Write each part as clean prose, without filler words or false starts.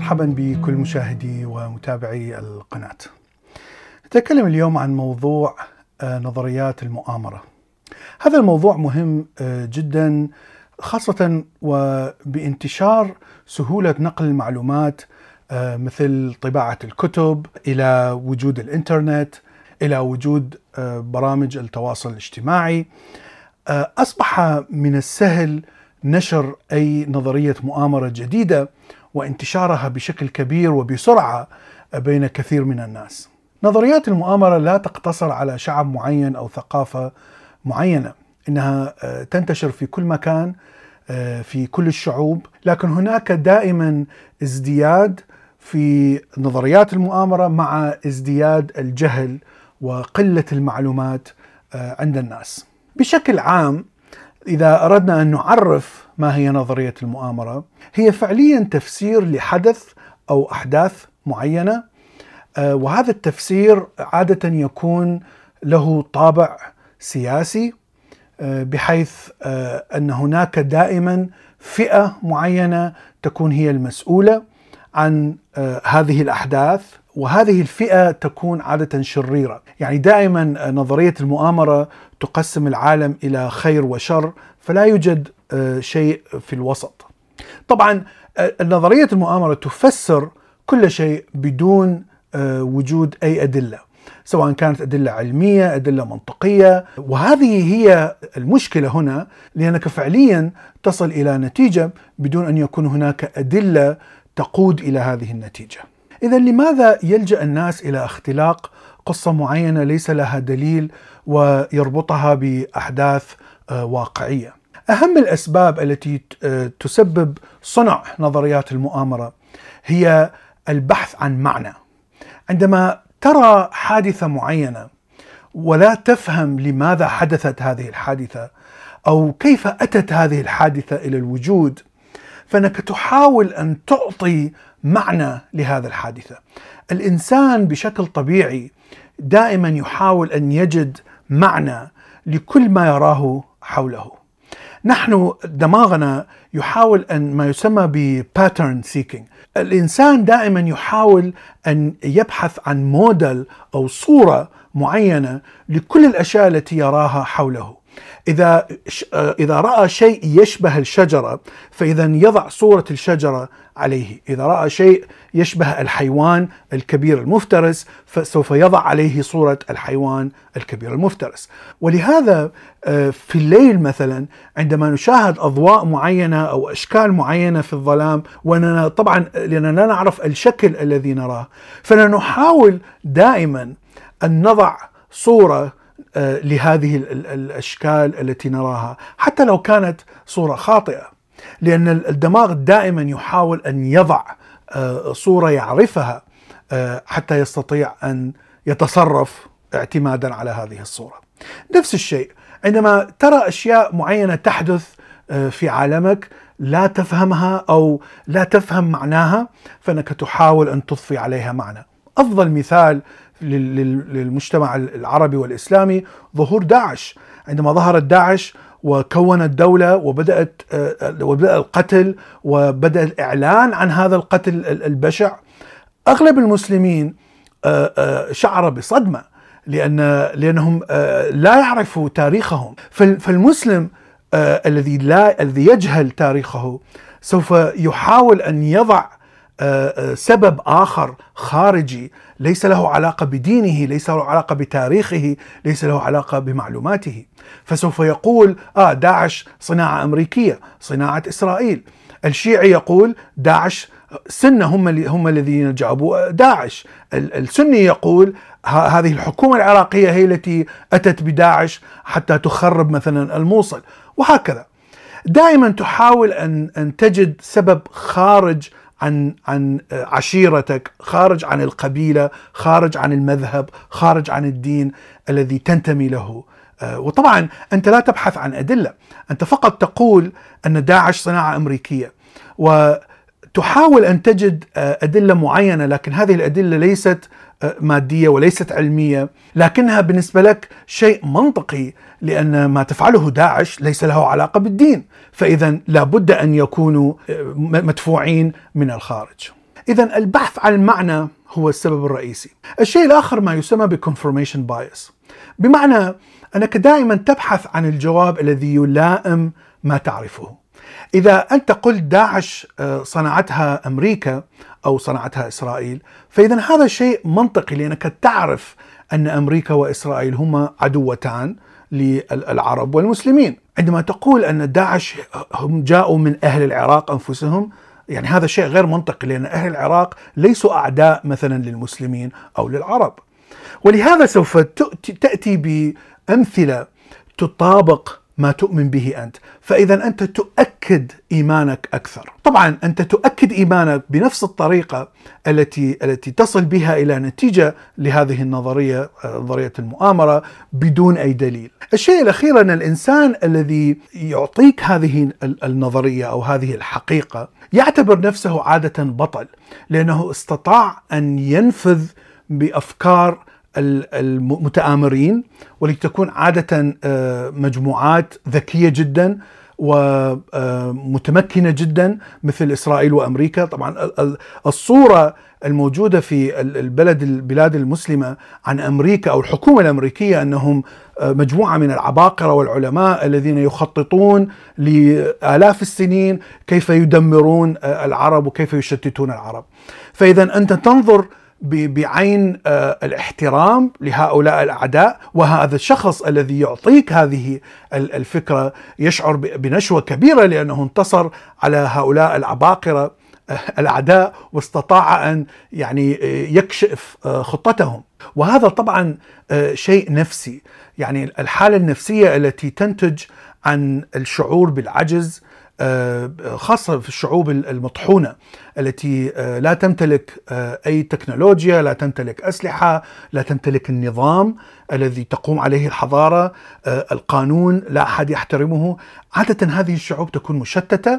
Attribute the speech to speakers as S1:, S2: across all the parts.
S1: مرحبا بكل مشاهدي ومتابعي القناة. نتكلم اليوم عن موضوع نظريات المؤامرة. هذا الموضوع مهم جدا، خاصة وبانتشار سهولة نقل المعلومات مثل طباعة الكتب، إلى وجود الإنترنت، إلى وجود برامج التواصل الاجتماعي. أصبح من السهل نشر أي نظرية مؤامرة جديدة وانتشارها بشكل كبير وبسرعة بين كثير من الناس. نظريات المؤامرة لا تقتصر على شعب معين أو ثقافة معينة، إنها تنتشر في كل مكان في كل الشعوب، لكن هناك دائما ازدياد في نظريات المؤامرة مع ازدياد الجهل وقلة المعلومات عند الناس. بشكل عام، إذا أردنا أن نعرف ما هي نظرية المؤامرة، هي فعليا تفسير لحدث أو أحداث معينة، وهذا التفسير عادة يكون له طابع سياسي، بحيث أن هناك دائما فئة معينة تكون هي المسؤولة عن هذه الأحداث، وهذه الفئة تكون عادة شريرة. يعني دائما نظرية المؤامرة تقسم العالم إلى خير وشر، فلا يوجد شيء في الوسط. طبعا نظرية المؤامرة تفسر كل شيء بدون وجود أي أدلة، سواء كانت أدلة علمية، أدلة منطقية، وهذه هي المشكلة هنا، لأنك فعليا تصل إلى نتيجة بدون أن يكون هناك أدلة تقود إلى هذه النتيجة. إذا لماذا يلجأ الناس إلى اختلاق قصة معينة ليس لها دليل ويربطها بأحداث واقعية؟ أهم الأسباب التي تسبب صنع نظريات المؤامرة هي البحث عن معنى. عندما ترى حادثة معينة ولا تفهم لماذا حدثت هذه الحادثة أو كيف أتت هذه الحادثة إلى الوجود، فإنك تحاول أن تعطي معنى لهذا الحادثة. الإنسان بشكل طبيعي دائما يحاول أن يجد معنى لكل ما يراه حوله. نحن دماغنا يحاول أن ما يسمى pattern seeking. الإنسان دائما يحاول أن يبحث عن موديل أو صورة معينة لكل الأشياء التي يراها حوله. إذا رأى شيء يشبه الشجرة، فإذا يضع صورة الشجرة عليه. إذا رأى شيء يشبه الحيوان الكبير المفترس، فسوف يضع عليه صورة الحيوان الكبير المفترس. ولهذا في الليل مثلا، عندما نشاهد أضواء معينة أو أشكال معينة في الظلام، وأننا طبعا لأننا لا نعرف الشكل الذي نراه، فنحاول دائما أن نضع صورة لهذه الأشكال التي نراها، حتى لو كانت صورة خاطئة، لأن الدماغ دائما يحاول أن يضع صورة يعرفها حتى يستطيع أن يتصرف اعتمادا على هذه الصورة. نفس الشيء عندما ترى أشياء معينة تحدث في عالمك لا تفهمها أو لا تفهم معناها، فإنك تحاول أن تضفي عليها معنى. أفضل مثال للمجتمع العربي والإسلامي ظهور داعش. عندما ظهرت داعش وكونت دولة وبدأ القتل وبدأ الإعلان عن هذا القتل البشع، أغلب المسلمين شعر بصدمة، لأنهم لا يعرفوا تاريخهم. فالمسلم الذي يجهل تاريخه سوف يحاول أن يضع سبب آخر خارجي ليس له علاقة بدينه، ليس له علاقة بتاريخه، ليس له علاقة بمعلوماته. فسوف يقول داعش صناعة أمريكية، صناعة إسرائيل. الشيعي يقول داعش سنة هم الذين جابوا داعش. السني يقول هذه الحكومة العراقية هي التي أتت بداعش حتى تخرب مثلا الموصل، وهكذا. دائما تحاول أن تجد سبب خارج عن عشيرتك، خارج عن القبيلة، خارج عن المذهب، خارج عن الدين الذي تنتمي له. وطبعا أنت لا تبحث عن أدلة، أنت فقط تقول أن داعش صناعة أمريكية، وتحاول أن تجد أدلة معينة، لكن هذه الأدلة ليست مادية وليست علمية، لكنها بالنسبة لك شيء منطقي، لأن ما تفعله داعش ليس له علاقة بالدين، فإذا لابد أن يكونوا مدفوعين من الخارج. إذن البحث عن المعنى هو السبب الرئيسي. الشيء الآخر ما يسمى بconfirmation bias، بمعنى أنك دائما تبحث عن الجواب الذي يلائم ما تعرفه. إذا أنت قلت داعش صنعتها أمريكا أو صنعتها إسرائيل، فإذا هذا شيء منطقي، لأنك تعرف أن أمريكا وإسرائيل هما عدوتان للعرب والمسلمين. عندما تقول أن داعش هم جاءوا من أهل العراق أنفسهم، يعني هذا شيء غير منطقي، لأن أهل العراق ليسوا أعداء مثلا للمسلمين أو للعرب. ولهذا سوف تأتي بأمثلة تطابق ما تؤمن به أنت، فإذا أنت تؤكد إيمانك أكثر. طبعا أنت تؤكد إيمانك بنفس الطريقة التي تصل بها إلى نتيجة لهذه النظرية، نظرية المؤامرة، بدون أي دليل. الشيء الأخير أن الإنسان الذي يعطيك هذه النظرية أو هذه الحقيقة يعتبر نفسه عادة بطل، لأنه استطاع أن ينفذ بأفكار المتآمرين، ولتكون عادة مجموعات ذكية جدا ومتمكنة جدا مثل إسرائيل وأمريكا. طبعا الصورة الموجودة في البلاد المسلمة عن أمريكا أو الحكومة الأمريكية أنهم مجموعة من العباقرة والعلماء الذين يخططون لآلاف السنين كيف يدمرون العرب وكيف يشتتون العرب. فإذا أنت تنظر بعين الاحترام لهؤلاء الأعداء، وهذا الشخص الذي يعطيك هذه الفكرة يشعر بنشوة كبيرة لأنه انتصر على هؤلاء العباقرة الأعداء واستطاع أن يعني يكشف خطتهم. وهذا طبعا شيء نفسي، يعني الحالة النفسية التي تنتج عن الشعور بالعجز، خاصة في الشعوب المطحونة التي لا تمتلك أي تكنولوجيا، لا تمتلك أسلحة، لا تمتلك النظام الذي تقوم عليه الحضارة، القانون لا أحد يحترمه. عادة هذه الشعوب تكون مشتتة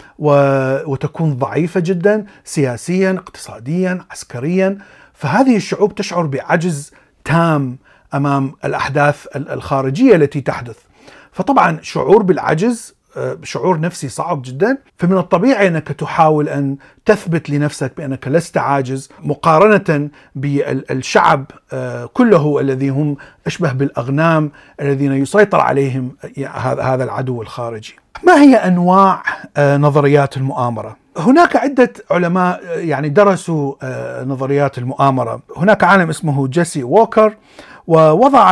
S1: وتكون ضعيفة جدا سياسيا، اقتصاديا، عسكريا. فهذه الشعوب تشعر بعجز تام أمام الأحداث الخارجية التي تحدث. فطبعا شعور بالعجز شعور نفسي صعب جدا، فمن الطبيعي أنك تحاول أن تثبت لنفسك بأنك لست عاجز، مقارنة بالشعب كله الذي هم أشبه بالأغنام الذين يسيطر عليهم هذا العدو الخارجي. ما هي أنواع نظريات المؤامرة؟ هناك عدة علماء يعني درسوا نظريات المؤامرة. هناك عالم اسمه جيسي ووكر ووضع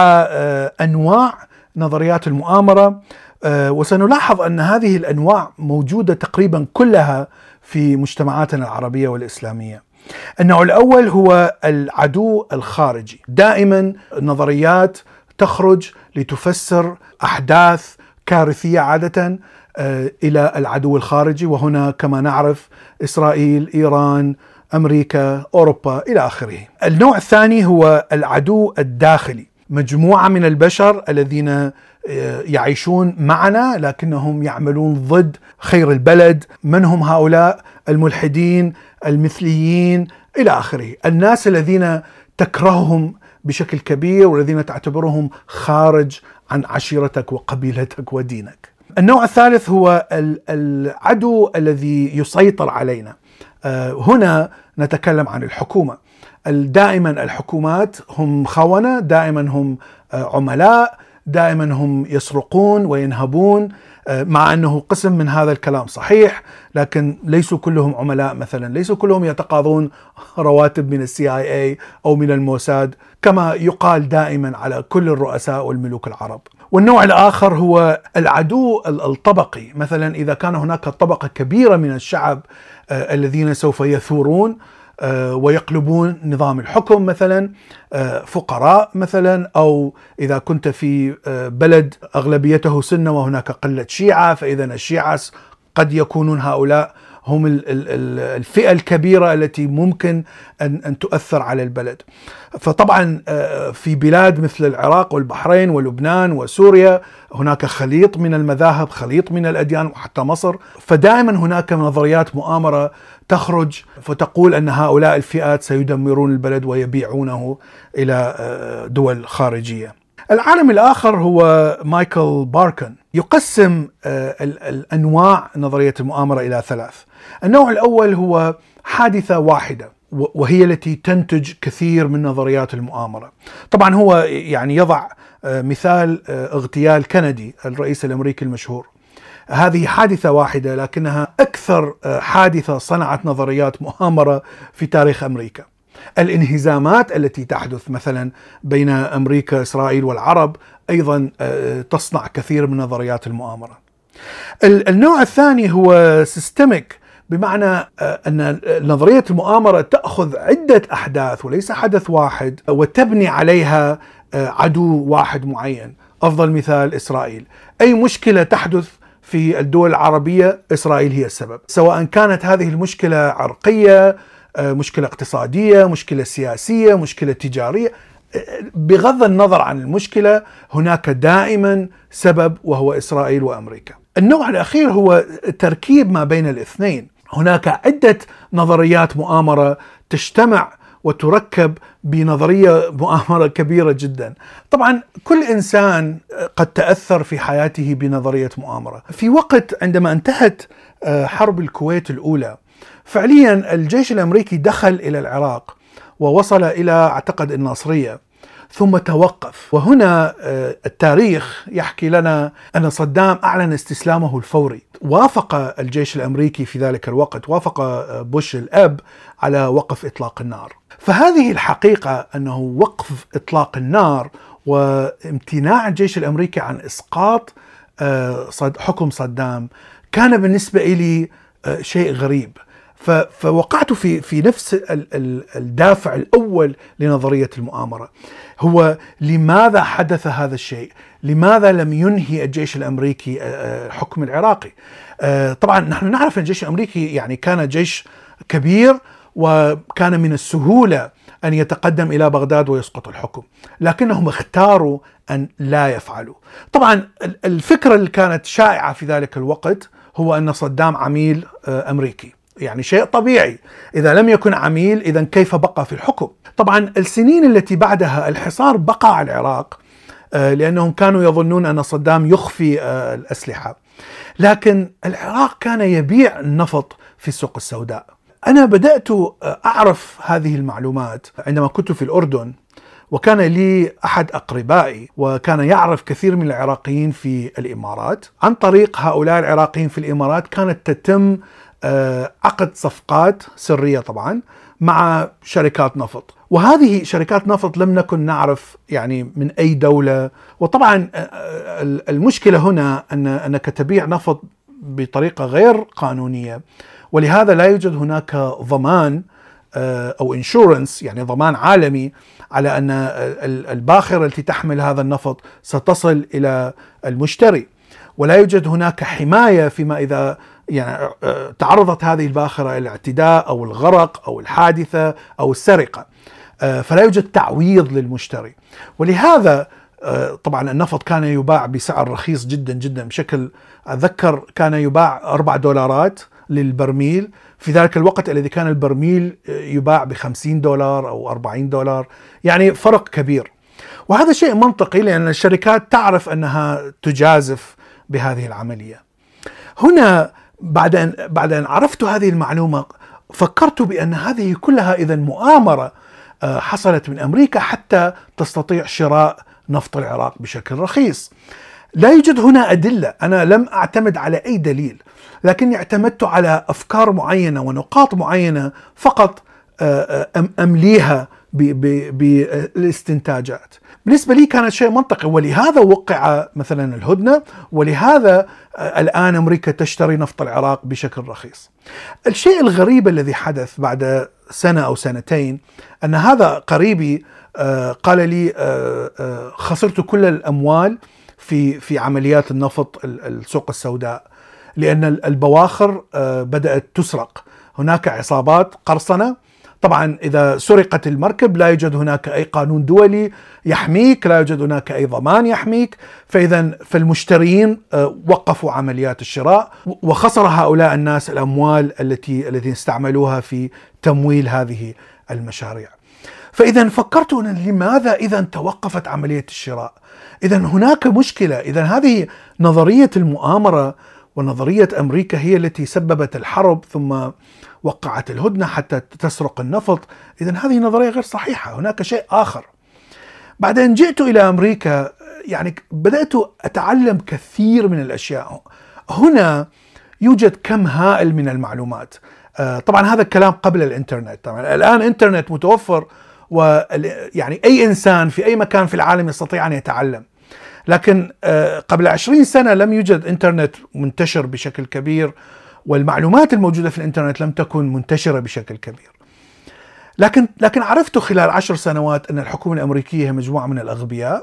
S1: أنواع نظريات المؤامرة، وسنلاحظ أن هذه الأنواع موجودة تقريبا كلها في مجتمعاتنا العربية والإسلامية. النوع الأول هو العدو الخارجي. دائما نظريات تخرج لتفسر أحداث كارثية عادة إلى العدو الخارجي، وهنا كما نعرف إسرائيل، إيران، أمريكا، أوروبا إلى آخره. النوع الثاني هو العدو الداخلي، مجموعة من البشر الذين يعيشون معنا لكنهم يعملون ضد خير البلد. من هم هؤلاء؟ الملحدين، المثليين إلى آخره، الناس الذين تكرههم بشكل كبير والذين تعتبرهم خارج عن عشيرتك وقبيلتك ودينك. النوع الثالث هو العدو الذي يسيطر علينا. هنا نتكلم عن الحكومة. دائما الحكومات هم خونة، دائما هم عملاء، دائما هم يسرقون وينهبون، مع أنه قسم من هذا الكلام صحيح، لكن ليسوا كلهم عملاء. مثلا ليسوا كلهم يتقاضون رواتب من CIA أو من الموساد كما يقال دائما على كل الرؤساء والملوك العرب. والنوع الآخر هو العدو الطبقي. مثلا إذا كان هناك طبقة كبيرة من الشعب الذين سوف يثورون ويقلبون نظام الحكم، مثلا فقراء مثلا، أو إذا كنت في بلد أغلبيته سنة وهناك قلة شيعة، فإذا الشيعة قد يكونون هؤلاء هم الفئة الكبيرة التي ممكن أن تؤثر على البلد. فطبعا في بلاد مثل العراق والبحرين ولبنان وسوريا هناك خليط من المذاهب، خليط من الأديان، وحتى مصر. فدائما هناك نظريات مؤامرة تخرج فتقول أن هؤلاء الفئات سيدمرون البلد ويبيعونه إلى دول خارجية. العالم الآخر هو مايكل باركن. يقسم الأنواع نظرية المؤامرة إلى 3. النوع الأول هو حادثة واحدة، وهي التي تنتج كثير من نظريات المؤامرة. طبعا هو يعني يضع مثال اغتيال كندي الرئيس الأمريكي المشهور. هذه حادثة واحدة لكنها أكثر حادثة صنعت نظريات مؤامرة في تاريخ أمريكا. الانهزامات التي تحدث مثلا بين أمريكا، إسرائيل والعرب أيضا تصنع كثير من نظريات المؤامرة. النوع الثاني هو سيستميك، بمعنى أن نظرية المؤامرة تأخذ عدة أحداث وليس حدث واحد وتبني عليها عدو واحد معين. أفضل مثال إسرائيل. أي مشكلة تحدث في الدول العربية إسرائيل هي السبب، سواء كانت هذه المشكلة عرقية، مشكلة اقتصادية، مشكلة سياسية، مشكلة تجارية، بغض النظر عن المشكلة هناك دائما سبب وهو إسرائيل وأمريكا. النوع الأخير هو تركيب ما بين الاثنين. هناك عدة نظريات مؤامرة تجتمع وتركب بنظرية مؤامرة كبيرة جدا. طبعا كل إنسان قد تأثر في حياته بنظرية مؤامرة. في وقت عندما انتهت حرب الكويت الأولى، فعليا الجيش الأمريكي دخل إلى العراق ووصل إلى أعتقد الناصرية ثم توقف. وهنا التاريخ يحكي لنا أن صدام أعلن استسلامه الفوري. وافق الجيش الأمريكي في ذلك الوقت، وافق بوش الأب على وقف إطلاق النار. فهذه الحقيقة أنه وقف إطلاق النار وامتناع الجيش الأمريكي عن إسقاط حكم صدام كان بالنسبة لي شيء غريب. فوقعت في نفس الدافع الأول لنظرية المؤامرة، هو لماذا حدث هذا الشيء؟ لماذا لم ينهي الجيش الأمريكي الحكم العراقي؟ طبعا نحن نعرف أن الجيش الأمريكي يعني كان جيش كبير، وكان من السهولة أن يتقدم إلى بغداد ويسقط الحكم، لكنهم اختاروا أن لا يفعلوا. طبعا الفكرة اللي كانت شائعة في ذلك الوقت هو أن صدام عميل أمريكي، يعني شيء طبيعي. إذا لم يكن عميل إذن كيف بقى في الحكم؟ طبعا السنين التي بعدها الحصار بقى على العراق لأنهم كانوا يظنون أن صدام يخفي الأسلحة، لكن العراق كان يبيع النفط في السوق السوداء. أنا بدأت أعرف هذه المعلومات عندما كنت في الأردن، وكان لي أحد أقربائي وكان يعرف كثير من العراقيين في الإمارات. عن طريق هؤلاء العراقيين في الإمارات كانت تتم عقد صفقات سرية طبعا مع شركات نفط، وهذه شركات نفط لم نكن نعرف يعني من أي دولة. وطبعا المشكلة هنا أنك تبيع نفط بطريقة غير قانونية، ولهذا لا يوجد هناك ضمان أو insurance، يعني ضمان عالمي على أن الباخرة التي تحمل هذا النفط ستصل إلى المشتري، ولا يوجد هناك حماية فيما إذا يعني تعرضت هذه الباخرة إلى الاعتداء أو الغرق أو الحادثة أو السرقة، فلا يوجد تعويض للمشتري. ولهذا طبعا النفط كان يباع بسعر رخيص جدا جدا، بشكل أذكر كان يباع $4 للبرميل في ذلك الوقت الذي كان البرميل يباع $50 أو $40، يعني فرق كبير. وهذا شيء منطقي لأن الشركات تعرف أنها تجازف بهذه العملية. هنا بعد أن عرفت هذه المعلومة فكرت بأن هذه كلها إذن مؤامرة حصلت من أمريكا حتى تستطيع شراء نفط العراق بشكل رخيص. لا يوجد هنا أدلة، أنا لم أعتمد على أي دليل، لكني اعتمدت على أفكار معينة ونقاط معينة فقط أمليها بالاستنتاجات. بالنسبة لي كانت شيء منطقي، ولهذا وقع مثلا الهدنة، ولهذا الآن أمريكا تشتري نفط العراق بشكل رخيص. الشيء الغريب الذي حدث بعد سنة أو سنتين أن هذا قريبي قال لي خسرت كل الأموال في عمليات النفط السوق السوداء، لأن البواخر بدأت تسرق. هناك عصابات قرصنة. طبعا إذا سرقت المركب لا يوجد هناك أي قانون دولي يحميك، لا يوجد هناك أي ضمان يحميك، فالمشترين وقفوا عمليات الشراء، وخسر هؤلاء الناس الأموال التي استعملوها في تمويل هذه المشاريع. فإذا فكرت لماذا إذا توقفت عملية الشراء؟ إذا هناك مشكلة. إذا هذه نظرية المؤامرة ونظرية أمريكا هي التي سببت الحرب ثم وقعت الهدنة حتى تسرق النفط. إذا هذه نظرية غير صحيحة، هناك شيء آخر. بعدين جئت إلى أمريكا، يعني بدأت أتعلم كثير من الأشياء. هنا يوجد كم هائل من المعلومات. طبعا هذا الكلام قبل الإنترنت. طبعا الآن إنترنت متوفر، ويعني أي إنسان في أي مكان في العالم يستطيع أن يتعلم. لكن قبل 20 سنة لم يوجد إنترنت منتشر بشكل كبير، والمعلومات الموجودة في الإنترنت لم تكن منتشرة بشكل كبير. لكن عرفت خلال 10 سنوات أن الحكومة الأمريكية هي مجموعة من الأغبياء.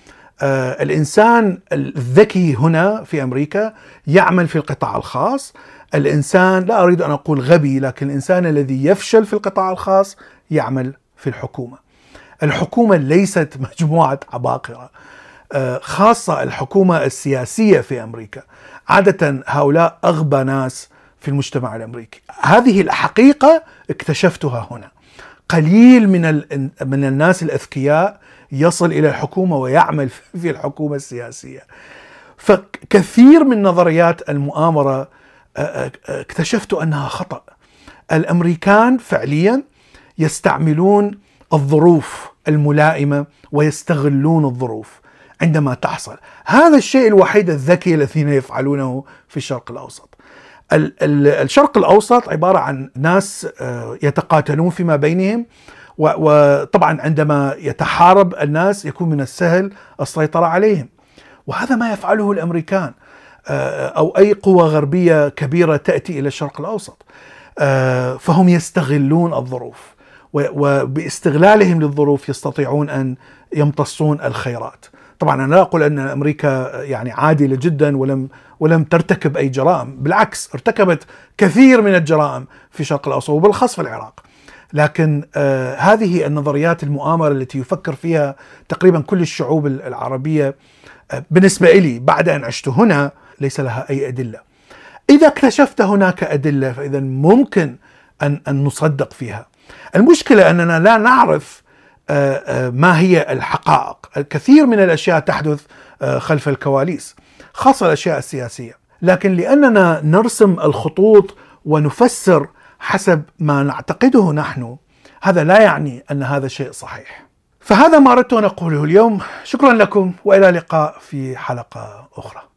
S1: الإنسان الذكي هنا في أمريكا يعمل في القطاع الخاص. الإنسان، لا أريد أن أقول غبي، لكن الإنسان الذي يفشل في القطاع الخاص يعمل في الحكومة. الحكومة ليست مجموعة عباقرة، خاصة الحكومة السياسية في أمريكا. عادة هؤلاء أغبى ناس في المجتمع الأمريكي. هذه الحقيقة اكتشفتها هنا. قليل من الناس الأذكياء يصل إلى الحكومة ويعمل في الحكومة السياسية. فكثير من نظريات المؤامرة اكتشفت أنها خطأ. الأمريكان فعليا يستعملون الظروف الملائمة ويستغلون الظروف عندما تحصل. هذا الشيء الوحيد الذكي الذين يفعلونه في الشرق الأوسط. الشرق الأوسط عبارة عن ناس يتقاتلون فيما بينهم، وطبعا عندما يتحارب الناس يكون من السهل السيطرة عليهم. وهذا ما يفعله الأمريكان أو أي قوة غربية كبيرة تأتي إلى الشرق الأوسط. فهم يستغلون الظروف، وباستغلالهم للظروف يستطيعون أن يمتصون الخيرات. طبعا أنا لا أقول أن أمريكا يعني عادلة جدا ولم ترتكب أي جرائم، بالعكس ارتكبت كثير من الجرائم في الشرق الأوسط وبالخاص في العراق. لكن هذه النظريات المؤامرة التي يفكر فيها تقريبا كل الشعوب العربية بالنسبة لي بعد أن عشت هنا ليس لها أي أدلة. إذا اكتشفت هناك أدلة فإذا ممكن أن نصدق فيها. المشكلة أننا لا نعرف ما هي الحقائق. الكثير من الأشياء تحدث خلف الكواليس، خاصة الأشياء السياسية. لكن لأننا نرسم الخطوط ونفسر حسب ما نعتقده نحن، هذا لا يعني أن هذا شيء صحيح. فهذا ما أردت أن أقوله اليوم. شكرا لكم، وإلى اللقاء في حلقة أخرى.